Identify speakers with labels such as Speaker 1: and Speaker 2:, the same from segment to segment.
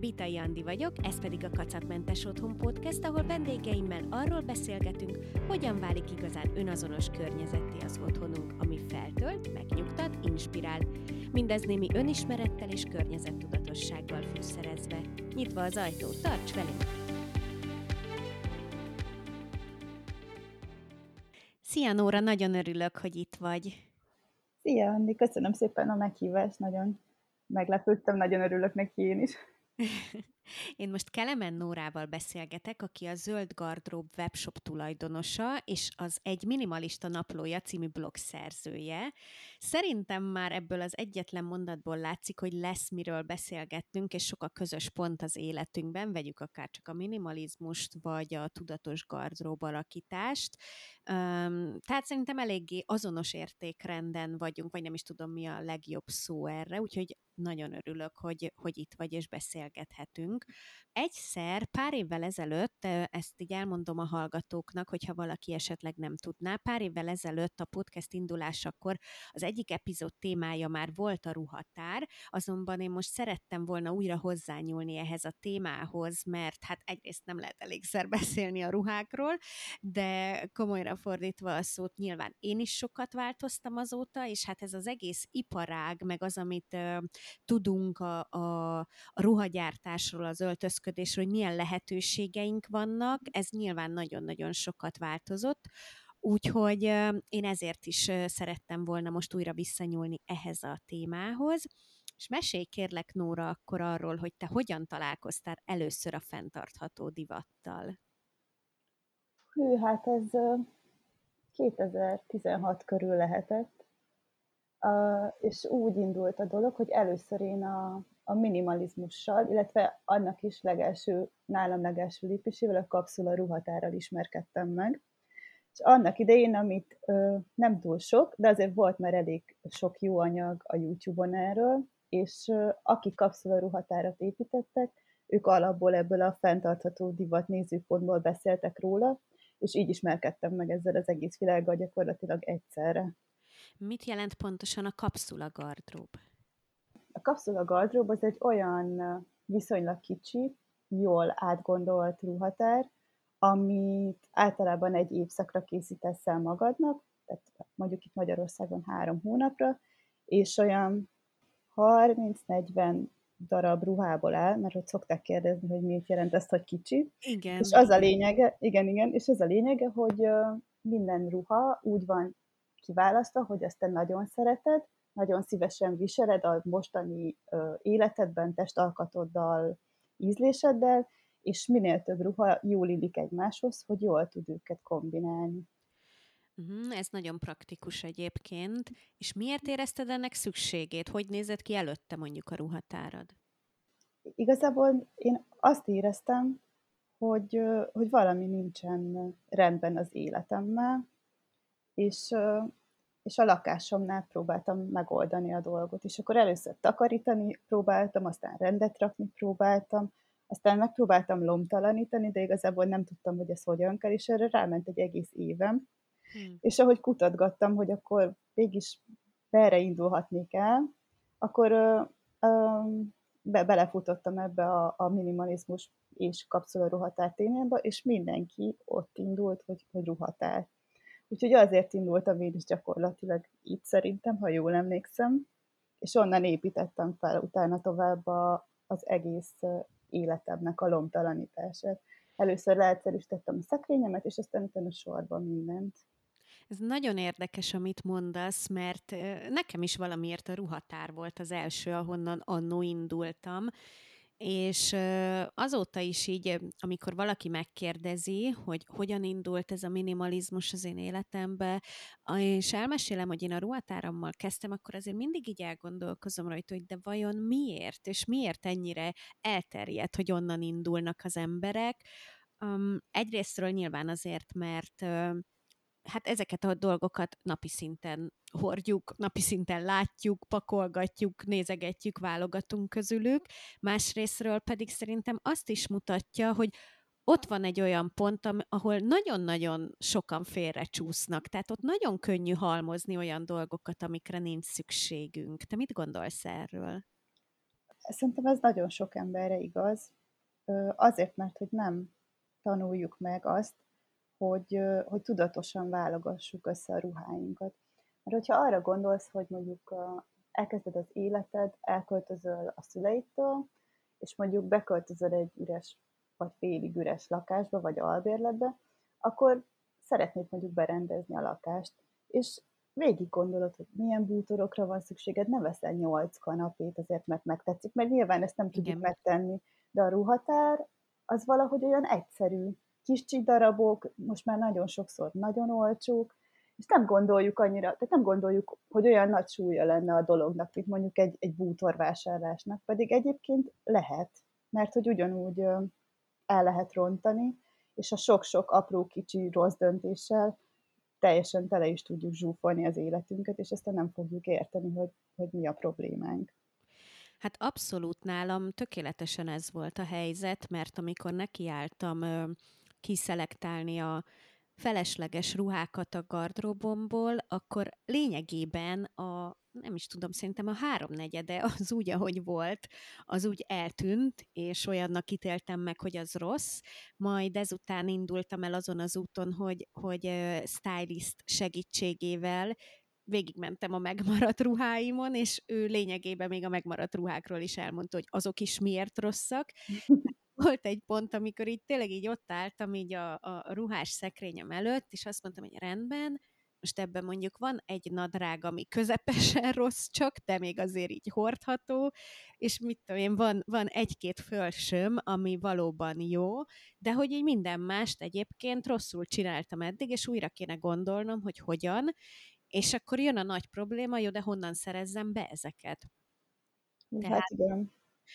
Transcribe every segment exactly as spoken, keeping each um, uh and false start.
Speaker 1: Bitai Andi vagyok, ez pedig a Kacatmentes Otthon Podcast, ahol vendégeimmel arról beszélgetünk, hogyan válik igazán önazonos környezetté az otthonunk, ami feltölt, megnyugtat, inspirál. Mindez némi önismerettel és környezettudatossággal fűszerezve. Nyitva az ajtó, tarts velünk! Szia Nóra, nagyon örülök, hogy itt vagy.
Speaker 2: Szia Andi, köszönöm szépen a meghívást, nagyon meglepődtem, nagyon örülök neki én is.
Speaker 1: Én most Kelemen Nórával beszélgetek, aki a Zöld Gardrób webshop tulajdonosa, és az Egy Minimalista Naplója című blog szerzője. Szerintem már ebből az egyetlen mondatból látszik, hogy lesz miről beszélgetnünk, és sok a közös pont az életünkben, vegyük akár csak a minimalizmust, vagy a tudatos gardrób alakítást. Um, tehát szerintem eléggé azonos értékrenden vagyunk, vagy nem is tudom, mi a legjobb szó erre, úgyhogy nagyon örülök, hogy, hogy itt vagy és beszélgethetünk. Egyszer, pár évvel ezelőtt, ezt így elmondom a hallgatóknak, hogyha valaki esetleg nem tudná, pár évvel ezelőtt a podcast indulásakor az egyik epizód témája már volt a ruhatár, azonban én most szerettem volna újra hozzányúlni ehhez a témához, mert hát egyrészt nem lehet elégszer beszélni a ruhákról, de komolyra fordítva a szót, nyilván én is sokat változtam azóta, és hát ez az egész iparág, meg az, amit uh, tudunk a, a, a ruhagyártásról, az öltözködésről, hogy milyen lehetőségeink vannak, ez nyilván nagyon-nagyon sokat változott, úgyhogy uh, én ezért is uh, szerettem volna most újra visszanyúlni ehhez a témához, és mesélj kérlek, Nóra, akkor arról, hogy te hogyan találkoztál először a fenntartható divattal.
Speaker 2: Hű, hát ez kétezer-tizenhat körül lehetett, és úgy indult a dolog, hogy először én a, a minimalizmussal, illetve annak is legelső, nálam legelső lépésével, a kapszula ruhatárral ismerkedtem meg. És annak idején, amit ö, nem túl sok, de azért volt már elég sok jó anyag a YouTube-on erről, és ö, akik kapszula ruhatárat építettek, ők alapból ebből a fenntartható divat nézőpontból beszéltek róla, és így ismerkedtem meg ezzel az egész világgal gyakorlatilag egyszerre.
Speaker 1: Mit jelent pontosan a kapszula gardrób?
Speaker 2: A kapszula gardrób az egy olyan viszonylag kicsi, jól átgondolt ruhatár, amit általában egy évszakra készítesz el magadnak, tehát mondjuk itt Magyarországon három hónapra, és olyan harminc-negyven darab ruhából áll, mert hogy szokták kérdezni, hogy miért jelent ezt, hogy kicsi.
Speaker 1: Igen.
Speaker 2: És az a lényege, igen, igen, és az a lényege, hogy minden ruha úgy van kiválasztva, hogy azt te nagyon szereted, nagyon szívesen viseled a mostani életedben, testalkatoddal, ízléseddel, és minél több ruha jól illik egymáshoz, hogy jól tud őket kombinálni.
Speaker 1: Uh-huh, ez nagyon praktikus egyébként. És miért érezted ennek szükségét? Hogy nézett ki előtte mondjuk a ruhatárad?
Speaker 2: Igazából én azt éreztem, hogy, hogy valami nincsen rendben az életemmel, és, és a lakásomnál próbáltam megoldani a dolgot. És akkor először takarítani próbáltam, aztán rendet rakni próbáltam, aztán megpróbáltam lomtalanítani, de igazából nem tudtam, hogy ez hogyan kell, és erre ráment egy egész évem. Hmm. És ahogy kutatgattam, hogy akkor mégis merre indulhatnék el, akkor ö, ö, be, belefutottam ebbe a, a minimalizmus és kapszula ruhatár témába, és mindenki ott indult, hogy, hogy ruhatár. Úgyhogy azért indultam én is gyakorlatilag itt szerintem, ha jól emlékszem, és onnan építettem fel utána tovább a, az egész életemnek a lomtalanítását. Először leegyszerűsítettem a szekrényemet, és aztán utána sorban mindent.
Speaker 1: Ez nagyon érdekes, amit mondasz, mert nekem is valamiért a ruhatár volt az első, ahonnan annó indultam, és azóta is így, amikor valaki megkérdezi, hogy hogyan indult ez a minimalizmus az én életembe, és elmesélem, hogy én a ruhatárammal kezdtem, akkor azért mindig így elgondolkozom rajta, hogy de vajon miért, és miért ennyire elterjedt, hogy onnan indulnak az emberek. Um, egyrésztről nyilván azért, mert uh, hát ezeket a dolgokat napi szinten hordjuk, napi szinten látjuk, pakolgatjuk, nézegetjük, válogatunk közülük. Másrészről pedig szerintem azt is mutatja, hogy ott van egy olyan pont, ahol nagyon-nagyon sokan félrecsúsznak, tehát ott nagyon könnyű halmozni olyan dolgokat, amikre nincs szükségünk. Te mit gondolsz erről?
Speaker 2: Szerintem ez nagyon sok emberre igaz. Azért, mert hogy nem tanuljuk meg azt, hogy, hogy tudatosan válogassuk össze a ruháinkat. Mert hogyha arra gondolsz, hogy mondjuk elkezded az életed, elköltözöl a szüleitől, és mondjuk beköltözöl egy üres vagy félig üres lakásba, vagy albérletbe, akkor szeretnéd mondjuk berendezni a lakást, és végig gondolod, hogy milyen bútorokra van szükséged, ne veszel nyolc kanapét azért, mert megtetszik, mert nyilván ezt nem tudjuk
Speaker 1: Igen.
Speaker 2: megtenni, de a ruhatár az valahogy olyan egyszerű, kis darabok, most már nagyon sokszor nagyon olcsók, és nem gondoljuk annyira, tehát nem gondoljuk, hogy olyan nagy súlya lenne a dolognak, mint mondjuk egy, egy bútorvásárlásnak, pedig egyébként lehet, mert hogy ugyanúgy el lehet rontani, és a sok-sok apró kicsi rossz döntéssel teljesen tele is tudjuk zsúfolni az életünket, és aztán nem fogjuk érteni, hogy, hogy mi a problémánk.
Speaker 1: Hát abszolút nálam tökéletesen ez volt a helyzet, mert amikor nekiálltam ö, kiszelektálni a felesleges ruhákat a gardróbomból, akkor lényegében a, nem is tudom, szerintem a háromnegyede az úgy, ahogy volt, az úgy eltűnt, és olyannak ítéltem meg, hogy az rossz, majd ezután indultam el azon az úton, hogy, hogy uh, stylist segítségével végigmentem a megmaradt ruháimon, és ő lényegében még a megmaradt ruhákról is elmondta, hogy azok is miért rosszak. Volt egy pont, amikor így tényleg így ott álltam így a, a ruhás szekrényem előtt, és azt mondtam, hogy rendben, most ebben mondjuk van egy nadrág, ami közepesen rossz csak, de még azért így hordható, és mit tudom én, van, van egy-két fölsöm, ami valóban jó, de hogy így minden mást egyébként rosszul csináltam eddig, és újra kéne gondolnom, hogy hogyan, és akkor jön a nagy probléma, jó, de honnan szerezzem be ezeket?
Speaker 2: Hát
Speaker 1: Tehát
Speaker 2: igen.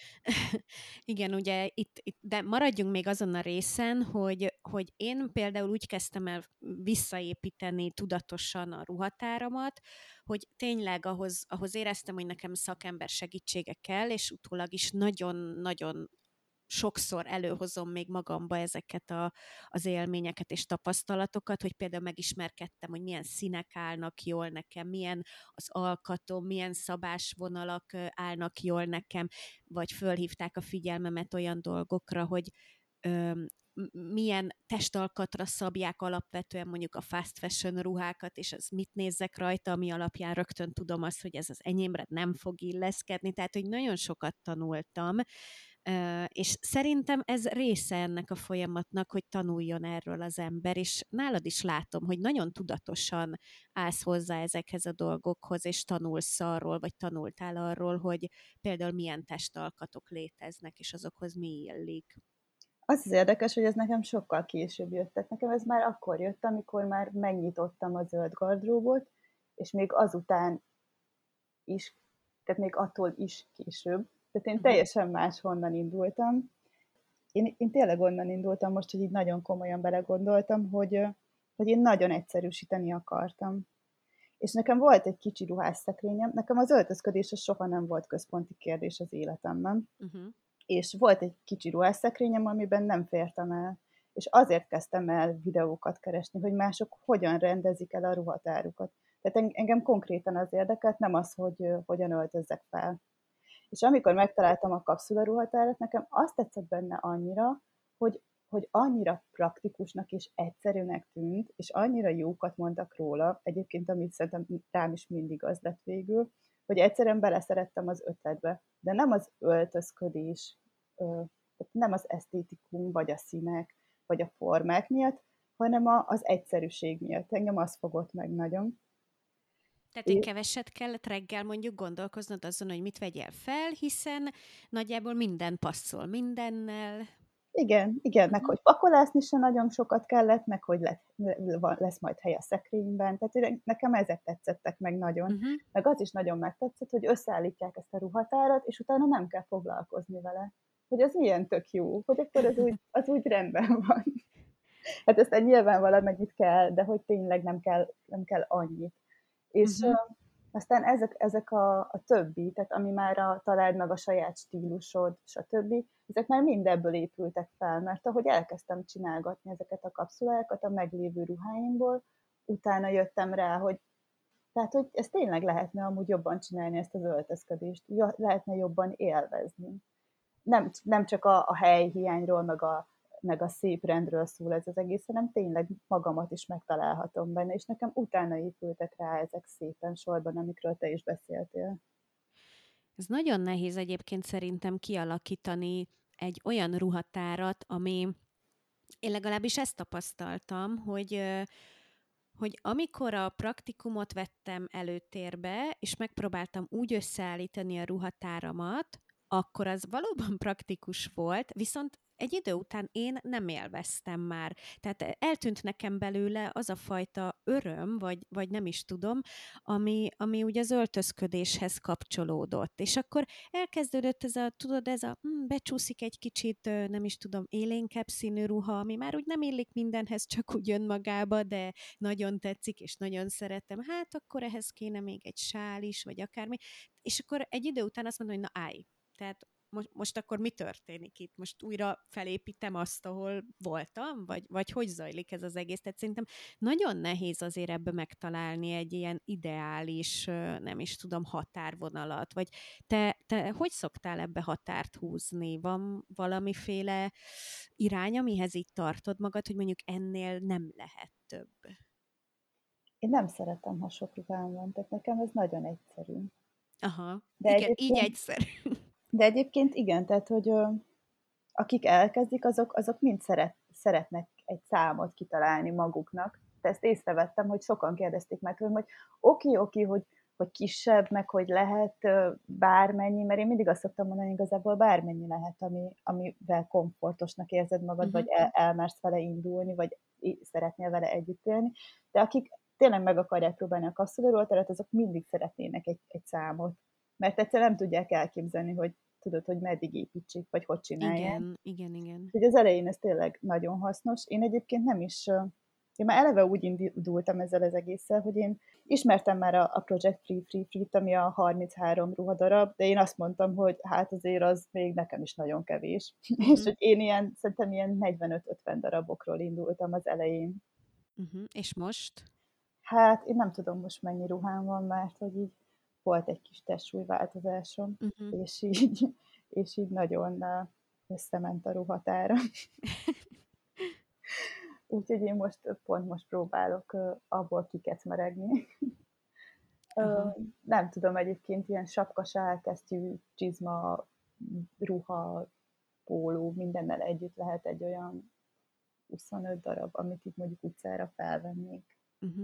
Speaker 1: igen, ugye itt, itt, de maradjunk még azon a részen, hogy, hogy én például úgy kezdtem el visszaépíteni tudatosan a ruhatáramat, hogy tényleg ahhoz, ahhoz éreztem, hogy nekem szakember segítsége kell, és utólag is nagyon-nagyon sokszor előhozom még magamba ezeket a, az élményeket és tapasztalatokat, hogy például megismerkedtem, hogy milyen színek állnak jól nekem, milyen az alkatom, milyen szabásvonalak állnak jól nekem, vagy fölhívták a figyelmemet olyan dolgokra, hogy ö, milyen testalkatra szabják alapvetően mondjuk a fast fashion ruhákat, és az mit nézzek rajta, ami alapján rögtön tudom azt, hogy ez az enyémre nem fog illeszkedni, tehát hogy nagyon sokat tanultam, és szerintem ez része ennek a folyamatnak, hogy tanuljon erről az ember, és nálad is látom, hogy nagyon tudatosan állsz hozzá ezekhez a dolgokhoz, és tanulsz arról, vagy tanultál arról, hogy például milyen testalkatok léteznek, és azokhoz mi illik.
Speaker 2: Az az érdekes, hogy ez nekem sokkal később jött. Tehát nekem ez már akkor jött, amikor már megnyitottam a zöld gardróbot, és még azután is, tehát még attól is később. Tehát én
Speaker 1: Uh-huh.
Speaker 2: teljesen máshonnan indultam. Én, én tényleg onnan indultam most, hogy így nagyon komolyan belegondoltam, hogy, hogy én nagyon egyszerűsíteni akartam. És nekem volt egy kicsi ruhásszekrényem, nekem az öltözködés az soha nem volt központi kérdés az életemben. Uh-huh. És volt egy kicsi ruhásszekrényem, amiben nem fértem el. És azért kezdtem el videókat keresni, hogy mások hogyan rendezik el a ruhatárukat. Tehát engem konkrétan az érdekelt, nem az, hogy hogyan öltözzek fel. És amikor megtaláltam a kapszula ruhatárat, nekem azt tetszett benne annyira, hogy, hogy annyira praktikusnak és egyszerűnek tűnt, és annyira jókat mondtak róla, egyébként amit szerintem rám is mindig az lett végül, hogy egyszerűen beleszerettem az ötletbe. De nem az öltözködés, nem az esztétikum, vagy a színek, vagy a formák miatt, hanem az egyszerűség miatt. Engem az fogott meg nagyon.
Speaker 1: Tehát, hogy keveset kellett reggel mondjuk gondolkoznod azon, hogy mit vegyél fel, hiszen nagyjából minden passzol mindennel.
Speaker 2: Igen, igen, uh-huh. Meg hogy pakolásni sem nagyon sokat kellett, meg hogy lesz, lesz majd hely a szekrényben, tehát nekem ezek tetszettek meg nagyon. Uh-huh. Meg az is nagyon megtetszett, hogy összeállítják ezt a ruhatárat, és utána nem kell foglalkozni vele. Hogy az milyen tök jó, hogy akkor az úgy, az úgy rendben van. Hát aztán nyilván valamennyit kell, de hogy tényleg nem kell, nem kell annyit. És uh-huh. uh, aztán ezek, ezek a, a többi, tehát ami már a találd meg a saját stílusod, stb., ezek már mind ebből épültek fel, mert ahogy elkezdtem csinálgatni ezeket a kapszulákat a meglévő ruháimból, utána jöttem rá, hogy Tehát, hogy ezt tényleg lehetne amúgy jobban csinálni, ezt az öltözködést, ja, lehetne jobban élvezni. Nem, nem csak a, a helyhiányról, meg a, meg a szép rendről szól ez az egész, hanem tényleg magamat is megtalálhatom benne, és nekem utána épültek rá ezek szépen sorban, amikről te is beszéltél.
Speaker 1: Ez nagyon nehéz egyébként szerintem kialakítani egy olyan ruhatárat, ami én legalábbis ezt tapasztaltam, hogy ö, hogy amikor a praktikumot vettem előtérbe, és megpróbáltam úgy összeállítani a ruhatáramat, akkor az valóban praktikus volt, viszont egy idő után én nem élveztem már. Tehát eltűnt nekem belőle az a fajta öröm, vagy, vagy nem is tudom, ami, ami ugye az öltözködéshez kapcsolódott. És akkor elkezdődött ez a, tudod, ez a hm, becsúszik egy kicsit, ö, nem is tudom, élénkebb színű ruha, ami már úgy nem illik mindenhez, csak úgy önmagába, de nagyon tetszik, és nagyon szeretem. Hát akkor ehhez kéne még egy sál is, vagy akármi. És akkor egy idő után azt mondom, hogy na állj. Tehát most, most akkor mi történik itt? Most újra felépítem azt, ahol voltam? Vagy, vagy hogy zajlik ez az egész? Tehát szerintem nagyon nehéz azért ebbe megtalálni egy ilyen ideális, ö, nem is tudom, határvonalat. Vagy te, te hogy szoktál ebbe határt húzni? Van valamiféle irány, amihez így tartod magad, hogy mondjuk ennél nem lehet több?
Speaker 2: Én nem szeretem, ha sok ruhám van, tehát nekem ez nagyon egyszerű.
Speaker 1: Aha,
Speaker 2: De
Speaker 1: igen, így
Speaker 2: egyébként,
Speaker 1: egyszerű.
Speaker 2: de egyébként igen, tehát, hogy ö, akik elkezdik, azok, azok mind szeret, szeretnek egy számot kitalálni maguknak. De ezt észrevettem, hogy sokan kérdezték meg tőlem, hogy oké, okay, oké, okay, hogy, hogy kisebb, meg hogy lehet ö, bármennyi, mert én mindig azt szoktam mondani, igazából bármennyi lehet, ami, amivel komfortosnak érzed magad, vagy
Speaker 1: Uh-huh.
Speaker 2: el, elmersz vele indulni, vagy í- szeretnél vele együtt élni. De akik tényleg meg akarják próbálni a kapszularuhateret, azok mindig szeretnének egy, egy számot. Mert egyszerűen nem tudják elképzelni, hogy tudod, hogy meddig építsék, vagy hogy csinálják.
Speaker 1: Igen, igen, igen.
Speaker 2: Úgyhogy az elején ez tényleg nagyon hasznos. Én egyébként nem is, én már eleve úgy indultam ezzel az egésszel, hogy én ismertem már a, a Project Free Free Free-t, ami a harminchárom ruhadarab, de én azt mondtam, hogy hát azért az még nekem is nagyon kevés. És
Speaker 1: Uh-huh.
Speaker 2: hogy én ilyen, szerintem ilyen negyvenöt-ötven darabokról indultam az elején.
Speaker 1: Uh-huh. És most?
Speaker 2: Hát én nem tudom most mennyi ruhám van, mert hogy így volt egy kis testsúlyváltozásom,
Speaker 1: Uh-huh.
Speaker 2: és így, és így nagyon összement a ruhatára. Úgyhogy én most pont most próbálok abból kikecmeregni.
Speaker 1: Aha.
Speaker 2: Nem tudom, egyébként ilyen sapka, sálkesztyű, csizma, ruha, póló, mindennel együtt lehet egy olyan huszonöt darab, amit itt mondjuk utcára felvennék.
Speaker 1: Uh-huh.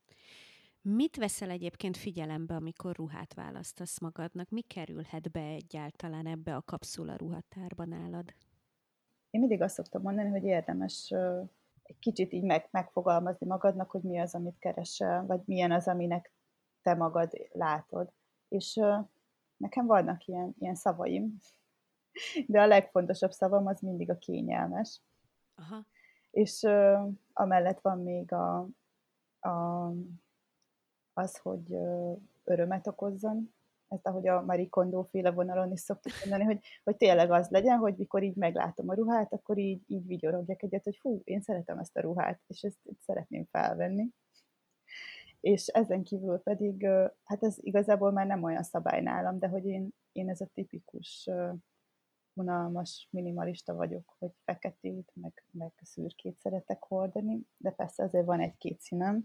Speaker 1: Mit veszel egyébként figyelembe, amikor ruhát választasz magadnak? Mi kerülhet be egyáltalán ebbe a kapszula ruhatárba nálad?
Speaker 2: Én mindig azt szoktam mondani, hogy érdemes egy kicsit így meg, megfogalmazni magadnak, hogy mi az, amit keresel, vagy milyen az, aminek te magad látod. És nekem vannak ilyen, ilyen szavaim, de a legfontosabb szavam az mindig a kényelmes.
Speaker 1: Aha.
Speaker 2: És ö, amellett van még a, a, az, hogy ö, örömet okozzon. Ezt, ahogy a Marie Kondo féle vonalon is szoktuk mondani, hogy, hogy tényleg az legyen, hogy mikor így meglátom a ruhát, akkor így, így vigyorogjak egyet, hogy fú, én szeretem ezt a ruhát, és ezt, ezt szeretném felvenni. És ezen kívül pedig, ö, hát ez igazából már nem olyan szabály nálam, de hogy én, én ez a tipikus ö, unalmas minimalista vagyok, hogy feketét, meg, meg szürkét szeretek hordani, de persze azért van egy-két színem.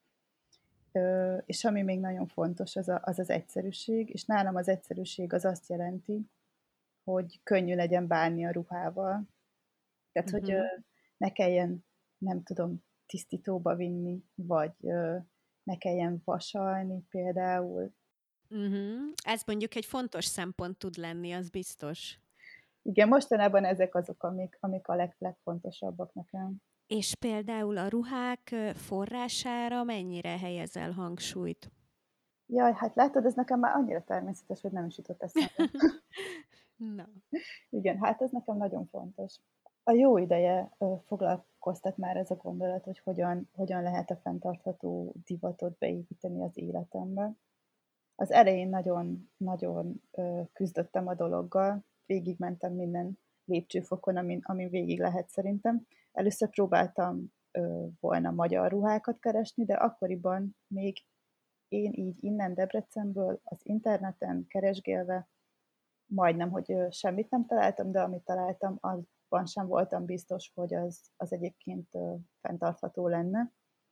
Speaker 2: Ö, és ami még nagyon fontos, az, a, az az egyszerűség, és nálam az egyszerűség az azt jelenti, hogy könnyű legyen bánni a ruhával. Tehát, hogy ö,
Speaker 1: Uh-huh.
Speaker 2: ne kelljen, nem tudom, tisztítóba vinni, vagy ö, ne kelljen vasalni például.
Speaker 1: Uh-huh. Ez mondjuk egy fontos szempont tud lenni, az biztos.
Speaker 2: Igen, mostanában ezek azok, amik, amik a leg, legfontosabbak nekem.
Speaker 1: És például a ruhák ö, forrására mennyire helyezel hangsúlyt?
Speaker 2: Jaj, hát látod, ez nekem már annyira természetes, hogy nem is jutott eszembe.
Speaker 1: Na.
Speaker 2: Igen, hát ez nekem nagyon fontos. A jó ideje ö, foglalkoztat már ez a gondolat, hogy hogyan, hogyan lehet a fenntartható divatot beépíteni az életembe. Az elején nagyon, nagyon ö, küzdöttem a dologgal, végigmentem minden lépcsőfokon, amin, amin végig lehet szerintem. Először próbáltam ö, volna magyar ruhákat keresni, de akkoriban még én így innen Debrecenből az interneten keresgélve majdnem, hogy semmit nem találtam, de amit találtam, azban sem voltam biztos, hogy az, az egyébként fenntartható lenne.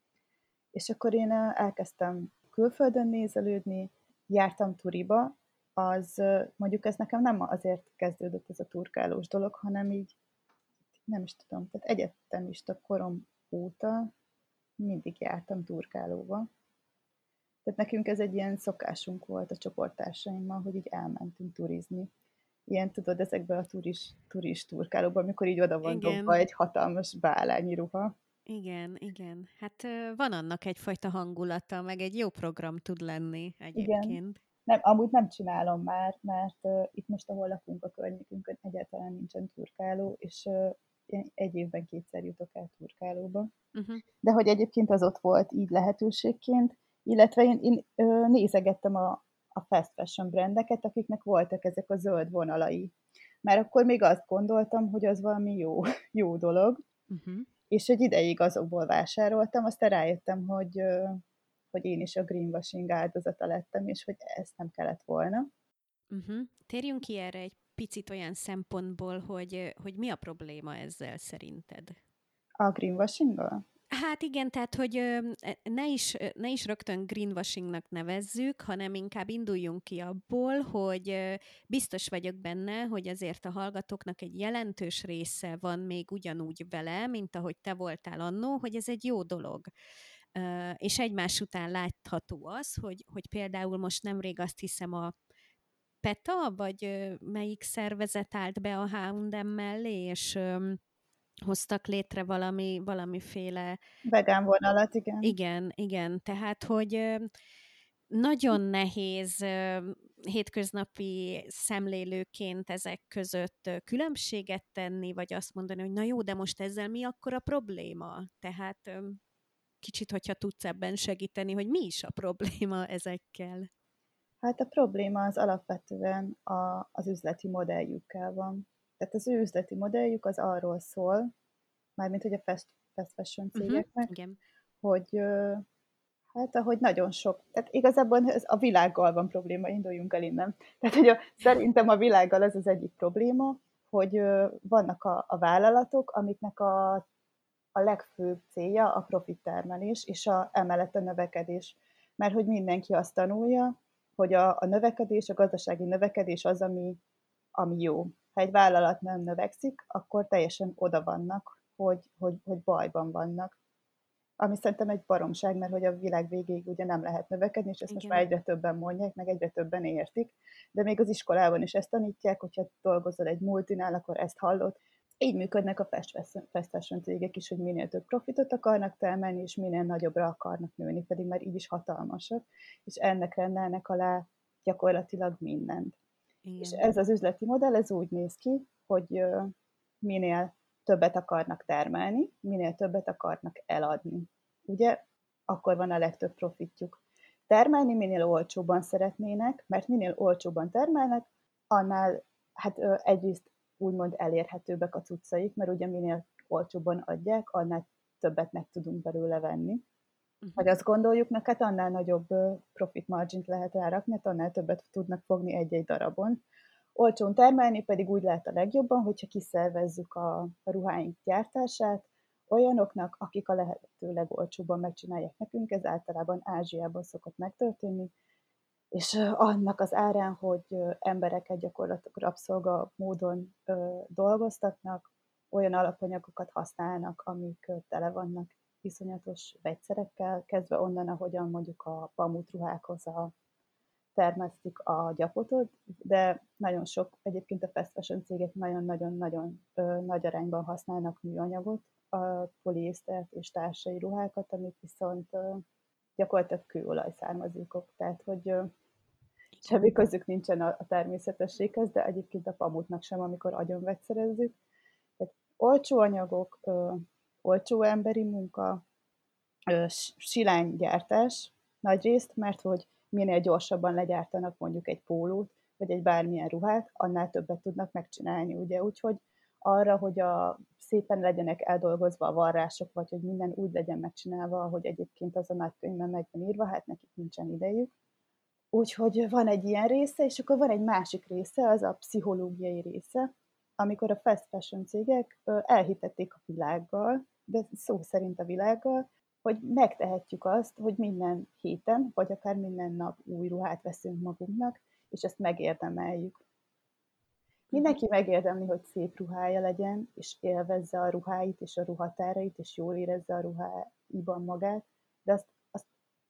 Speaker 2: És akkor én elkezdtem külföldön nézelődni, jártam turiba, az mondjuk ez nekem nem azért kezdődött ez a turkálós dolog, hanem így nem is tudom, tehát egyetemista korom óta mindig jártam turkálóba. Tehát nekünk ez egy ilyen szokásunk volt a csoporttársaimmal, hogy így elmentünk turizni. Ilyen, tudod, ezekben a turis, turis turkálóban, amikor így oda van dobva
Speaker 1: Igen.
Speaker 2: egy hatalmas bálányi ruha.
Speaker 1: Igen, igen. Hát ö, van annak egyfajta hangulata, meg egy jó program tud lenni
Speaker 2: Igen.
Speaker 1: egyébként.
Speaker 2: Nem, amúgy nem csinálom már, mert uh, itt most, ahol lakunk a környékünkön, egyáltalán nincsen turkáló, és uh, én egy évben kétszer jutok el turkálóba.
Speaker 1: Uh-huh.
Speaker 2: De hogy egyébként az ott volt így lehetőségként, illetve én, én uh, nézegettem a, a fast fashion brandeket, akiknek voltak ezek a zöld vonalai. Mert akkor még azt gondoltam, hogy az valami jó, jó dolog,
Speaker 1: Uh-huh.
Speaker 2: és egy ideig azokból vásároltam, aztán rájöttem, hogy, hogy én is a greenwashing áldozata lettem, és hogy ezt nem kellett volna.
Speaker 1: Uh-huh. Térjünk ki erre egy picit olyan szempontból, hogy, hogy mi a probléma ezzel szerinted?
Speaker 2: A greenwashinggal?
Speaker 1: Hát igen, tehát, hogy ö, ne is, ne is rögtön greenwashingnak nevezzük, hanem inkább induljunk ki abból, hogy ö, biztos vagyok benne, hogy azért a hallgatóknak egy jelentős része van még ugyanúgy vele, mint ahogy te voltál annó, hogy ez egy jó dolog. Ö, és egymás után látható az, hogy, hogy például most nemrég azt hiszem a PETA, vagy ö, melyik szervezet állt be a há és em mellé, és ö, hoztak létre valami, valamiféle.
Speaker 2: Vegán vonalat, igen.
Speaker 1: Igen, igen. Tehát, hogy ö, nagyon nehéz ö, hétköznapi szemlélőként ezek között ö, különbséget tenni, vagy azt mondani, hogy na jó, de most ezzel mi akkor a probléma? Tehát ö, kicsit, hogyha tudsz ebben segíteni, hogy mi is a probléma ezekkel.
Speaker 2: Hát a probléma az alapvetően a, az üzleti modelljükkel van. Tehát az ő üzleti modelljük az arról szól, mármint hogy a fast, fast fashion
Speaker 1: Uh-huh,
Speaker 2: cégeknek,
Speaker 1: igen.
Speaker 2: hogy hát ahogy nagyon sok, tehát igazából ez a világgal van probléma, induljunk el innen. Tehát, hogy a, szerintem a világgal ez az egyik probléma, hogy ö, vannak a, a vállalatok, amiknek a, a legfőbb célja a profittermelés, és a, emellett a növekedés. Mert hogy mindenki azt tanulja, hogy a, a növekedés, a gazdasági növekedés az, ami, ami jó. Ha egy vállalat nem növekszik, akkor teljesen oda vannak, hogy, hogy, hogy bajban vannak. Ami szerintem egy baromság, mert hogy a világ végéig ugye nem lehet növekedni, és ezt most már
Speaker 1: Igen.
Speaker 2: egyre többen mondják, meg egyre többen értik, de még az iskolában is ezt tanítják, hogyha dolgozol egy multinál, akkor ezt hallod. Így működnek a fast fashion cégek is, hogy minél több profitot akarnak termelni, és minél nagyobbra akarnak nőni, pedig már így is hatalmasak, és ennek rendelnek alá gyakorlatilag mindent. És
Speaker 1: Igen.
Speaker 2: ez az üzleti modell, ez úgy néz ki, hogy minél többet akarnak termelni, minél többet akarnak eladni. Ugye, akkor van a legtöbb profitjuk. Termelni minél olcsóbban szeretnének, mert minél olcsóbban termelnek, annál hát egyrészt úgymond elérhetőbbek a cuccaik, mert ugye minél olcsóbban adják, annál többet meg tudunk belőle venni.
Speaker 1: Uh-huh.
Speaker 2: Vagy azt gondoljuk, meg hát annál nagyobb profit margint lehet rárakni, hát annál többet tudnak fogni egy-egy darabon. Olcsón termelni pedig úgy lehet a legjobban, hogyha kiszervezzük a, a ruháink gyártását olyanoknak, akik a lehető legolcsóbban megcsinálják nekünk, ez általában Ázsiában szokott megtörténni, és annak az árán, hogy embereket gyakorlatilag rabszolga módon ö, dolgoztatnak, olyan alapanyagokat használnak, amik tele vannak iszonyatos vegyszerekkel, kezdve onnan, ahogyan mondjuk a pamutruhákhoz a termesztik a gyapotot, de nagyon sok, egyébként a fast fashion cégek nagyon-nagyon-nagyon nagy arányban használnak műanyagot, a poliésztert és társai ruhákat, amik viszont ö, gyakorlatilag kőolaj származékok, tehát hogy ö, semmi közük nincsen a, a természetességhez, de egyébként a pamutnak sem, amikor agyon vegyszerezzük. Tehát olcsó anyagok, ö, olcsó emberi munka, ö, silánygyártás nagyrészt, mert hogy minél gyorsabban legyártanak mondjuk egy pólót, vagy egy bármilyen ruhát, annál többet tudnak megcsinálni, ugye, úgyhogy arra, hogy a szépen legyenek eldolgozva a varrások, vagy hogy minden úgy legyen megcsinálva, ahogy egyébként az a nagykönyvben meg van írva, hát nekik nincsen idejük. Úgyhogy van egy ilyen része, és akkor van egy másik része, az a pszichológiai része, amikor a fast fashion cégek elhitették a világgal, de szó szerint a világgal, hogy megtehetjük azt, hogy minden héten, vagy akár minden nap új ruhát veszünk magunknak, és ezt megérdemeljük. Mindenki megérdemli, hogy szép ruhája legyen, és élvezze a ruháit, és a ruhatárait, és jól érezze a ruháiban magát, de azt, azt,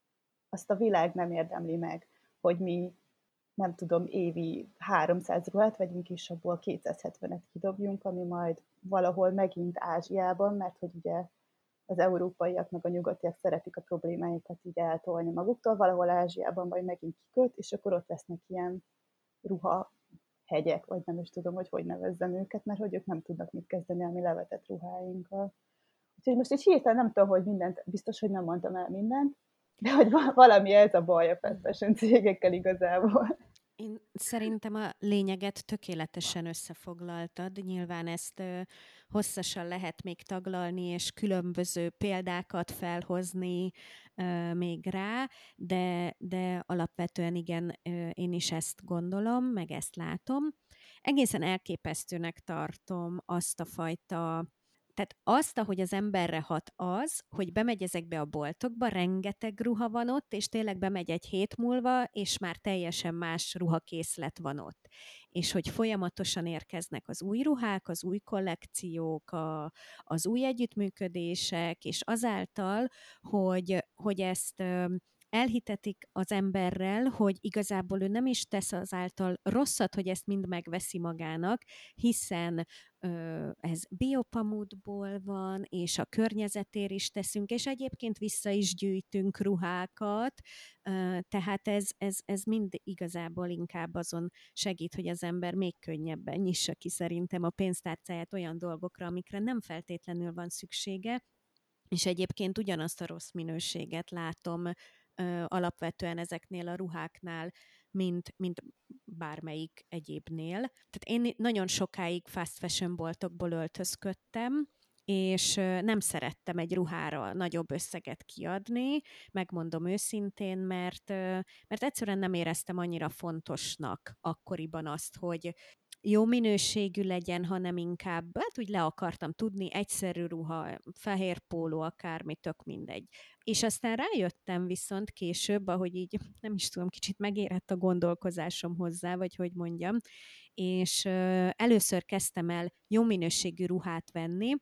Speaker 2: azt a világ nem érdemli meg, hogy mi, nem tudom, évi háromszáz ruhát vegyünk, és abból kétszázhetvenet kidobjunk, ami majd valahol megint Ázsiában, mert hogy ugye az európaiak meg a nyugatiak szeretik a problémáikat így eltolni maguktól, valahol Ázsiában majd megint kiköt, és akkor ott lesznek ilyen ruha hegyek, vagy nem is tudom, hogy hogy nevezzem őket, mert hogy ők nem tudnak mit kezdeni a mi levetett ruháinkkal. Úgyhogy most így hirtelen nem tudom, hogy mindent, biztos, hogy nem mondtam el mindent, de hogy valami ez a baj a fast fashion cégekkel igazából.
Speaker 1: Én szerintem a lényeget tökéletesen összefoglaltad. Nyilván ezt ö, hosszasan lehet még taglalni, és különböző példákat felhozni ö, még rá, de, de alapvetően igen, ö, én is ezt gondolom, meg ezt látom. Egészen elképesztőnek tartom azt a fajta, tehát azt, ahogy az emberre hat az, hogy bemegy ezekbe a boltokba, rengeteg ruha van ott, és tényleg bemegy egy hét múlva, és már teljesen más ruhakészlet van ott. És hogy folyamatosan érkeznek az új ruhák, az új kollekciók, a, az új együttműködések, és azáltal, hogy, hogy ezt elhitetik az emberrel, hogy igazából ő nem is tesz azáltal rosszat, hogy ezt mind megveszi magának, hiszen ö, ez biopamutból van, és a környezetért is teszünk, és egyébként vissza is gyűjtünk ruhákat, ö, tehát ez, ez, ez mind igazából inkább azon segít, hogy az ember még könnyebben nyissa ki szerintem a pénztárcáját olyan dolgokra, amikre nem feltétlenül van szüksége, és egyébként ugyanazt a rossz minőséget látom ö, alapvetően ezeknél a ruháknál, mint, mint bármelyik egyébnél. Tehát én nagyon sokáig fast fashion boltokból öltözködtem, és nem szerettem egy ruhára nagyobb összeget kiadni, megmondom őszintén, mert, mert egyszerűen nem éreztem annyira fontosnak akkoriban azt, hogy jó minőségű legyen, hanem inkább, hát úgy le akartam tudni, egyszerű ruha, fehér póló, akármi, tök mindegy. És aztán rájöttem viszont később, ahogy így, nem is tudom, kicsit megérett a gondolkozásom hozzá, vagy hogy mondjam, és ö, először kezdtem el jó minőségű ruhát venni,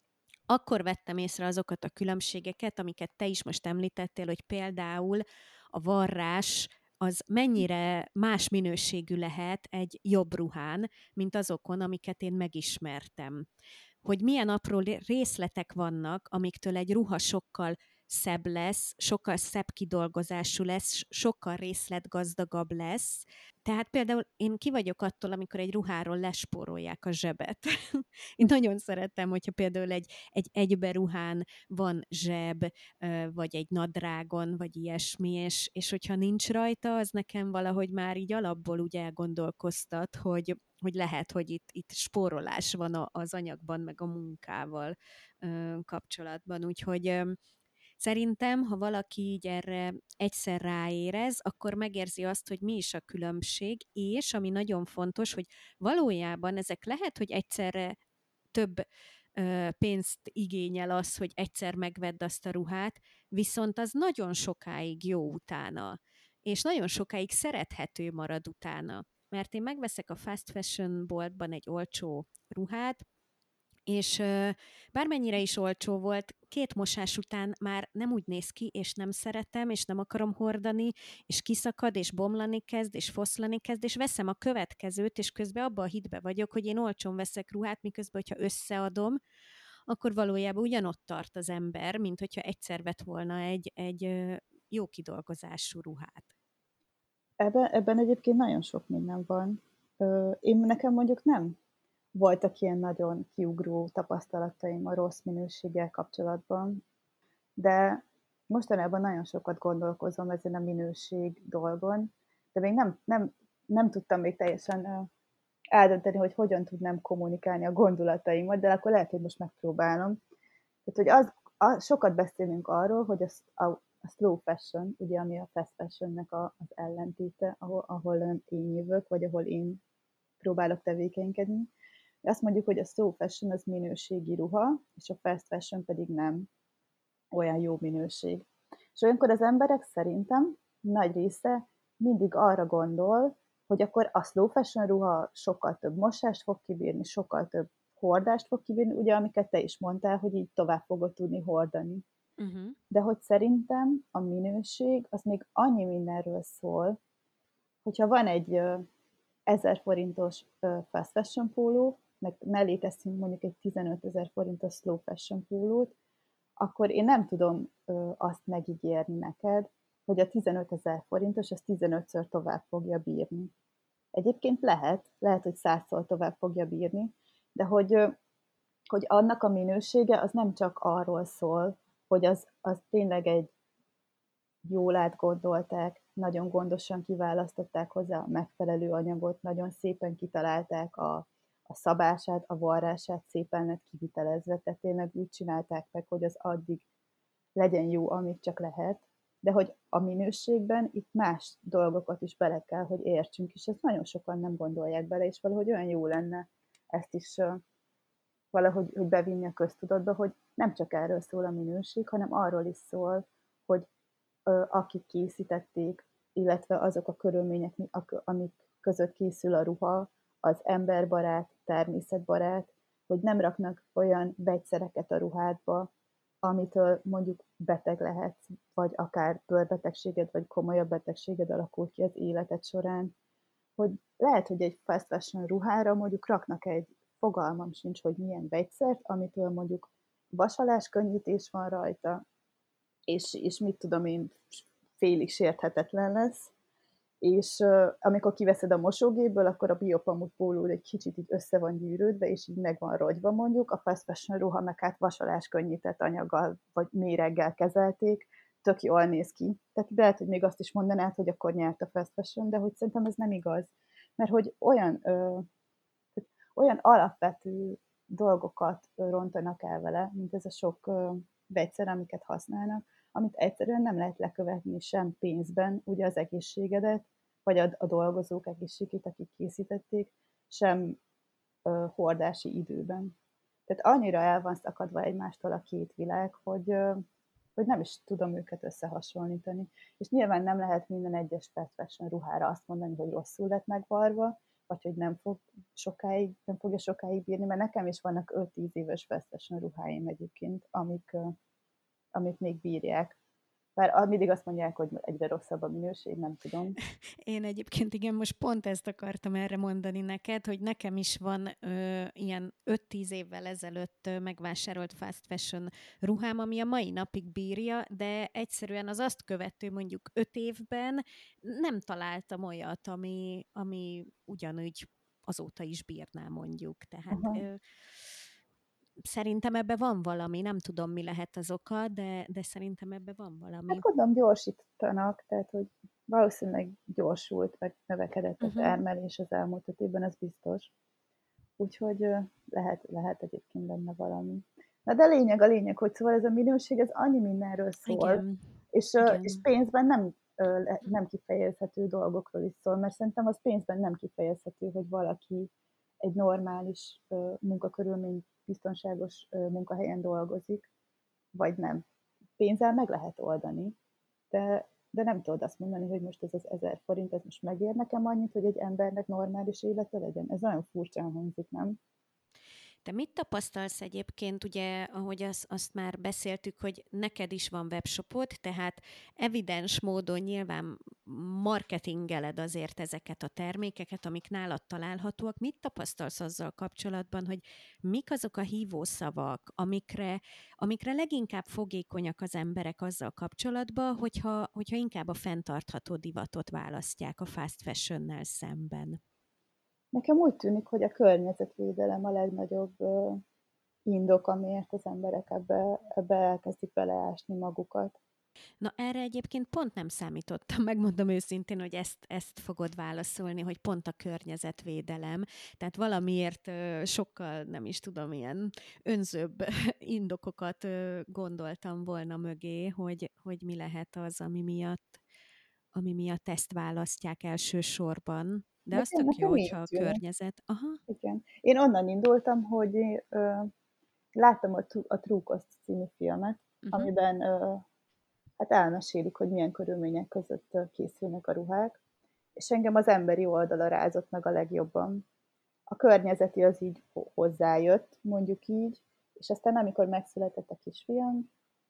Speaker 1: akkor vettem észre azokat a különbségeket, amiket te is most említettél, hogy például a varrás az mennyire más minőségű lehet egy jobb ruhán, mint azokon, amiket én megismertem. Hogy milyen apró részletek vannak, amiktől egy ruha sokkal szebb lesz, sokkal szebb kidolgozású lesz, sokkal részletgazdagabb lesz. Tehát például én ki vagyok attól, amikor egy ruháról lespórolják a zsebet. Én nagyon szeretem, hogyha például egy, egy egyberuhán van zseb, vagy egy nadrágon, vagy ilyesmi, és, és hogyha nincs rajta, az nekem valahogy már így alapból úgy elgondolkoztat, hogy, hogy lehet, hogy itt, itt spórolás van az anyagban, meg a munkával kapcsolatban. Úgyhogy szerintem, ha valaki így erre egyszer ráérez, akkor megérzi azt, hogy mi is a különbség, és ami nagyon fontos, hogy valójában ezek lehet, hogy egyszerre több ö, pénzt igényel az, hogy egyszer megvedd azt a ruhát, viszont az nagyon sokáig jó utána, és nagyon sokáig szerethető marad utána. Mert én megveszek a fast fashion boltban egy olcsó ruhát, és ö, bármennyire is olcsó volt, két mosás után már nem úgy néz ki, és nem szeretem, és nem akarom hordani, és kiszakad, és bomlani kezd, és foszlani kezd, és veszem a következőt, és közben abban a hitbe vagyok, hogy én olcsón veszek ruhát, miközben, hogyha összeadom, akkor valójában ugyanott tart az ember, mint hogyha egyszer vett volna egy, egy ö, jó kidolgozású ruhát.
Speaker 2: Ebben, ebben egyébként nagyon sok minden van. Ö, én nekem mondjuk nem voltak ilyen nagyon kiugró tapasztalataim a rossz minőséggel kapcsolatban, de mostanában nagyon sokat gondolkozom ezen a minőség dolgon, de még nem, nem, nem tudtam még teljesen eldönteni, hogy hogyan tudnám kommunikálni a gondolataimat, de akkor lehet, hogy most megpróbálom. Tehát, hogy az, az sokat beszélünk arról, hogy a, a, a slow fashion, ugye, ami a fast fashionnek a, az ellentéte, ahol, ahol én jövök, vagy ahol én próbálok tevékenykedni. De azt mondjuk, hogy a slow fashion az minőségi ruha, és a fast fashion pedig nem olyan jó minőség. És olyankor az emberek szerintem nagy része mindig arra gondol, hogy akkor a slow fashion ruha sokkal több mosást fog kibírni, sokkal több hordást fog kibírni, ugye, amiket te is mondtál, hogy így tovább fogod tudni hordani.
Speaker 1: Uh-huh.
Speaker 2: De hogy szerintem a minőség az még annyi mindenről szól, hogyha van egy ezer forintos fast fashion póló, meg mellé teszünk mondjuk egy tizenötezer forintos slow fashion pólót, akkor én nem tudom ö, azt megígérni neked, hogy a tizenötezer forintos, az tizenötször tovább fogja bírni. Egyébként lehet, lehet, hogy százszor tovább fogja bírni, de hogy, ö, hogy annak a minősége az nem csak arról szól, hogy az, az tényleg egy jól átgondolták, nagyon gondosan kiválasztották hozzá a megfelelő anyagot, nagyon szépen kitalálták a, a szabását, a varrását, szépen lett kivitelezve, tehát tényleg úgy csinálták meg, hogy az addig legyen jó, amíg csak lehet, de hogy a minőségben itt más dolgokat is bele kell, hogy értsünk, és ezt nagyon sokan nem gondolják bele, és valahogy olyan jó lenne ezt is uh, valahogy hogy bevinni a köztudatba, hogy nem csak erről szól a minőség, hanem arról is szól, hogy uh, akik készítették, illetve azok a körülmények, amik között készül a ruha, az emberbarát, természetbarát, hogy nem raknak olyan vegyszereket a ruhádba, amitől mondjuk beteg lehetsz, vagy akár bőrbetegséged, vagy komolyabb betegséged alakul ki az életed során, hogy lehet, hogy egy fast fashion ruhára mondjuk raknak egy, fogalmam sincs, hogy milyen vegyszert, amitől mondjuk vasaláskönnyítés van rajta, és, és mit tudom én, félig sérthetetlen lesz, és uh, amikor kiveszed a mosógépből, akkor a biopamut póló egy kicsit így össze van gyűrődve, és így meg van rogyva mondjuk, a fast fashion ruha meg hát vasalás könnyített anyaggal, vagy méreggel kezelték, tök jól néz ki. Tehát lehet, hogy még azt is mondanád, hogy akkor nyert a fast fashion, de hogy szerintem ez nem igaz. Mert hogy olyan, ö, olyan alapvető dolgokat rontanak el vele, mint ez a sok ö, vegyszer, amiket használnak, amit egyszerűen nem lehet lekövetni sem pénzben, ugye az egészségedet, vagy a, a dolgozók egészségét, akik készítették, sem ö, hordási időben. Tehát annyira el van szakadva egymástól a két világ, hogy, ö, hogy nem is tudom őket összehasonlítani. És nyilván nem lehet minden egyes fast fashion ruhára azt mondani, hogy rosszul lett megvarva, vagy hogy nem, fog sokáig, nem fogja sokáig bírni, mert nekem is vannak öt-tíz éves fast fashion ruháim egyébként, amik, ö, amik még bírják. Bár mindig azt mondják, hogy egyre rosszabb a minőség, nem tudom.
Speaker 1: Én egyébként igen, most pont ezt akartam erre mondani neked, hogy nekem is van ö, ilyen öt-tíz évvel ezelőtt ö, megvásárolt fast fashion ruhám, ami a mai napig bírja, de egyszerűen az azt követő mondjuk öt évben nem találtam olyat, ami, ami ugyanúgy azóta is bírná mondjuk. Tehát ö, szerintem ebbe van valami, nem tudom, mi lehet az oka, de, de szerintem ebbe van valami.
Speaker 2: Hát gondolom gyorsítanak, tehát hogy valószínűleg gyorsult, meg növekedett a
Speaker 1: Uh-huh.
Speaker 2: termelés az elmúlt öt évben, ez biztos. Úgyhogy lehet, lehet egyébként benne valami. Na de lényeg a lényeg, hogy szóval ez a minőség, ez annyi mindenről szól,
Speaker 1: Igen.
Speaker 2: és,
Speaker 1: Igen.
Speaker 2: és pénzben nem, nem kifejezhető dolgokról is szól, mert szerintem az pénzben nem kifejezhető, hogy valaki egy normális munkakörülmény biztonságos munkahelyen dolgozik, vagy nem. Pénzzel meg lehet oldani, de, de nem tudod azt mondani, hogy most ez az ezer forint, ez most megér nekem annyit, hogy egy embernek normális élete legyen. Ez nagyon furcsán hangzik, nem?
Speaker 1: Te mit tapasztalsz egyébként, ugye, ahogy az, azt már beszéltük, hogy neked is van webshopod, tehát evidens módon nyilván marketingeled azért ezeket a termékeket, amik nálad találhatóak. Mit tapasztalsz azzal kapcsolatban, hogy mik azok a hívószavak, amikre, amikre leginkább fogékonyak az emberek azzal kapcsolatban, hogyha, hogyha inkább a fenntartható divatot választják a fast fashionnel szemben?
Speaker 2: Nekem úgy tűnik, hogy a környezetvédelem a legnagyobb indok, amiért az emberek ebbe, ebbe elkezdik beleásni magukat.
Speaker 1: Na erre egyébként pont nem számítottam, megmondom őszintén, hogy ezt, ezt fogod válaszolni, hogy pont a környezetvédelem. Tehát valamiért ö, sokkal, nem is tudom, ilyen önzőbb indokokat ö, gondoltam volna mögé, hogy, hogy mi lehet az, ami miatt, ami miatt ezt választják elsősorban. De az
Speaker 2: Nekem,
Speaker 1: tök jó,
Speaker 2: nekem
Speaker 1: hogyha
Speaker 2: így
Speaker 1: a
Speaker 2: tűnik.
Speaker 1: környezet... Aha.
Speaker 2: Igen. Én onnan indultam, hogy ö, láttam a, Tru- a True Cost című filmet,
Speaker 1: Uh-huh.
Speaker 2: amiben ö, hát elmesélik, hogy milyen körülmények között ö, készülnek a ruhák, és engem az emberi oldala rázott meg a legjobban. A környezeti az így hozzájött, mondjuk így, és aztán amikor megszületett a kisfiam,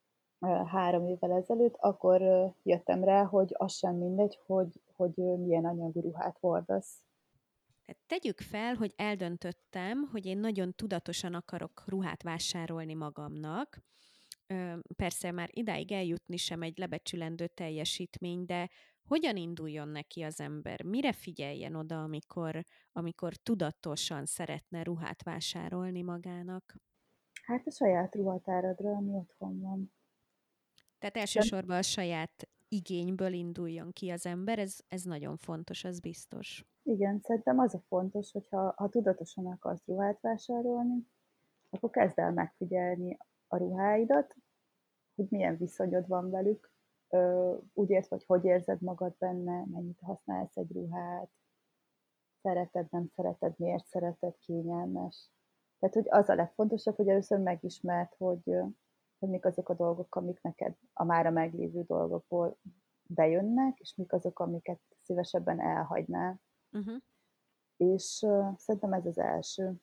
Speaker 2: három évvel ezelőtt, akkor jöttem rá, hogy az sem mindegy, hogy, hogy milyen anyagú ruhát hordasz.
Speaker 1: Tehát tegyük fel, hogy eldöntöttem, hogy én nagyon tudatosan akarok ruhát vásárolni magamnak. Ö, Persze már idáig eljutni sem egy lebecsülendő teljesítmény, de hogyan induljon neki az ember? Mire figyeljen oda, amikor, amikor tudatosan szeretne ruhát vásárolni magának?
Speaker 2: Hát a saját ruhatáradra, ami otthon van.
Speaker 1: Tehát elsősorban a saját igényből induljon ki az ember, ez, ez nagyon fontos, az biztos.
Speaker 2: Igen, szerintem az a fontos, hogy ha, ha tudatosan akarsz ruhát vásárolni, akkor kezd el megfigyelni a ruháidat, hogy milyen viszonyod van velük, Ö, úgy értve, hogy hogy érzed magad benne, mennyit használsz egy ruhát, szereted, nem szereted, miért szereted, kényelmes. Tehát, hogy az a legfontosabb, hogy először megismerd, hogy, hogy mik azok a dolgok, amik neked a mára meglévő dolgokból bejönnek, és mik azok, amiket szívesebben elhagynál.
Speaker 1: Uh-huh.
Speaker 2: És uh, szerintem ez az első.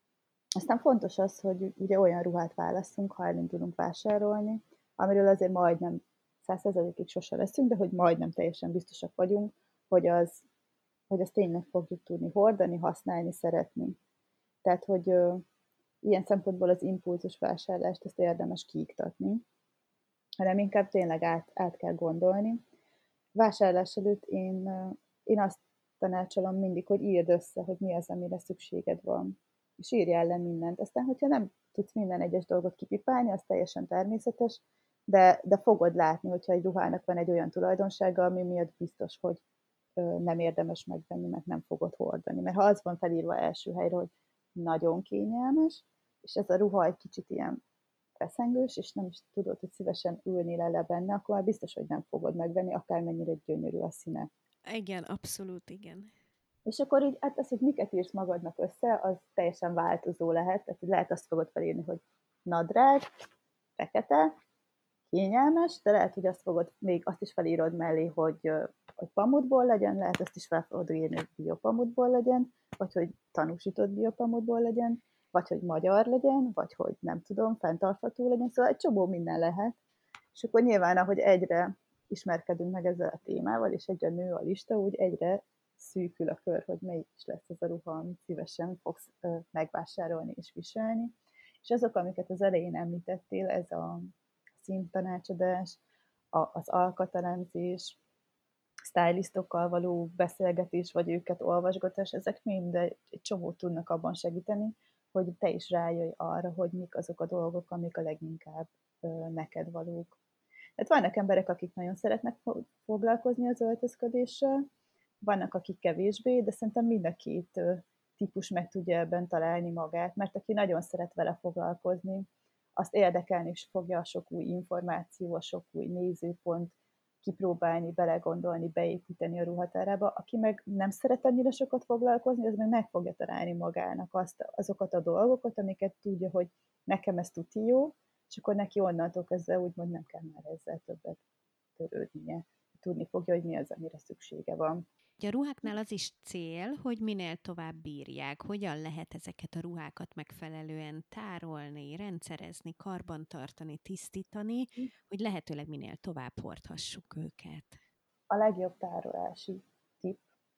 Speaker 2: Aztán fontos az, hogy ugye olyan ruhát választunk, ha elindulunk vásárolni, amiről azért majdnem száz százalékig sose leszünk, de hogy majdnem teljesen biztosak vagyunk, hogy az, hogy azt tényleg fogjuk tudni hordani, használni, szeretni. Tehát, hogy ö, ilyen szempontból az impulzus vásárlást ezt érdemes kiiktatni, hanem inkább tényleg át, át kell gondolni. Vásárlás előtt én, ö, én azt tanácsolom mindig, hogy írd össze, hogy mi az, amire szükséged van. És írjál le mindent. Aztán, hogyha nem tudsz minden egyes dolgot kipipálni, az teljesen természetes, de, de fogod látni, hogyha egy ruhának van egy olyan tulajdonsága, ami miatt biztos, hogy ö, nem érdemes megvenni, mert nem fogod hordani. Mert ha az van felírva első helyre, hogy nagyon kényelmes, és ez a ruha egy kicsit ilyen feszengős, és nem is tudod, hogy szívesen ülnél le benne, akkor már biztos, hogy nem fogod megvenni, akármennyire gyönyörű a színe.
Speaker 1: Igen, abszolút igen.
Speaker 2: És akkor így, hát az, hogy miket írsz magadnak össze, az teljesen változó lehet. Tehát lehet azt fogod felírni, hogy nadrág, fekete, kényelmes, de lehet, hogy azt fogod, még azt is felírod mellé, hogy, hogy pamutból legyen, lehet azt is fel fogod írni, hogy biopamutból legyen, vagy hogy tanúsított biopamutból legyen, vagy hogy magyar legyen, vagy hogy nem tudom, fenntartható legyen, szóval egy csomó minden lehet. És akkor nyilván, ahogy egyre ismerkedünk meg ezzel a témával, és egyre nő a lista, úgy egyre szűkül a kör, hogy melyik is lesz az a ruha, amit szívesen fogsz megvásárolni és viselni. És azok, amiket az elején említettél, ez a színtanácsadás, az alkatelemzés, stylistokkal való beszélgetés, vagy őket olvasgatás, ezek mind egy csomót tudnak abban segíteni, hogy te is rájöjj arra, hogy mik azok a dolgok, amik a leginkább neked valók. Hát vannak emberek, akik nagyon szeretnek foglalkozni az öltözködéssel, vannak, akik kevésbé, de szerintem mind a két típus meg tudja ebben találni magát, mert aki nagyon szeret vele foglalkozni, azt érdekelni is fogja a sok új információ, a sok új nézőpont, kipróbálni, belegondolni, beépíteni a ruhatárába. Aki meg nem szeret annyira sokat foglalkozni, az meg meg fogja találni magának azt, azokat a dolgokat, amiket tudja, hogy nekem ez tuti jó, és akkor neki onnantól kezdve úgymond nem kell már ezzel többet törődnie. Tudni fogja, hogy mi az, amire szüksége van.
Speaker 1: A ruháknál az is cél, hogy minél tovább bírják. Hogyan lehet ezeket a ruhákat megfelelően tárolni, rendszerezni, karbantartani, tisztítani, hogy lehetőleg minél tovább hordhassuk őket.
Speaker 2: A legjobb tárolási tipp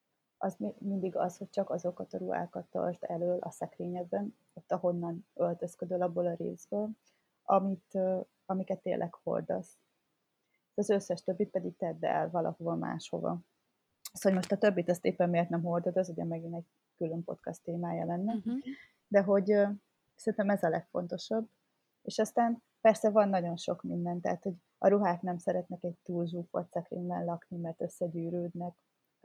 Speaker 2: az mindig az, hogy csak azokat a ruhákat tart elől a szekrényedben, ott ahonnan öltözködöl abból a részből, amit, amiket tényleg hordasz. Az összes többit pedig tedd el valahova máshova. Szóval hogy most a többit azt éppen miért nem hordod, az ugye megint egy külön podcast témája lenne. Uh-huh. De hogy uh, szerintem ez a legfontosabb. És aztán persze van nagyon sok minden, tehát hogy A ruhák nem szeretnek egy túl zsúfolt szekrényben lakni, mert összegyűrődnek.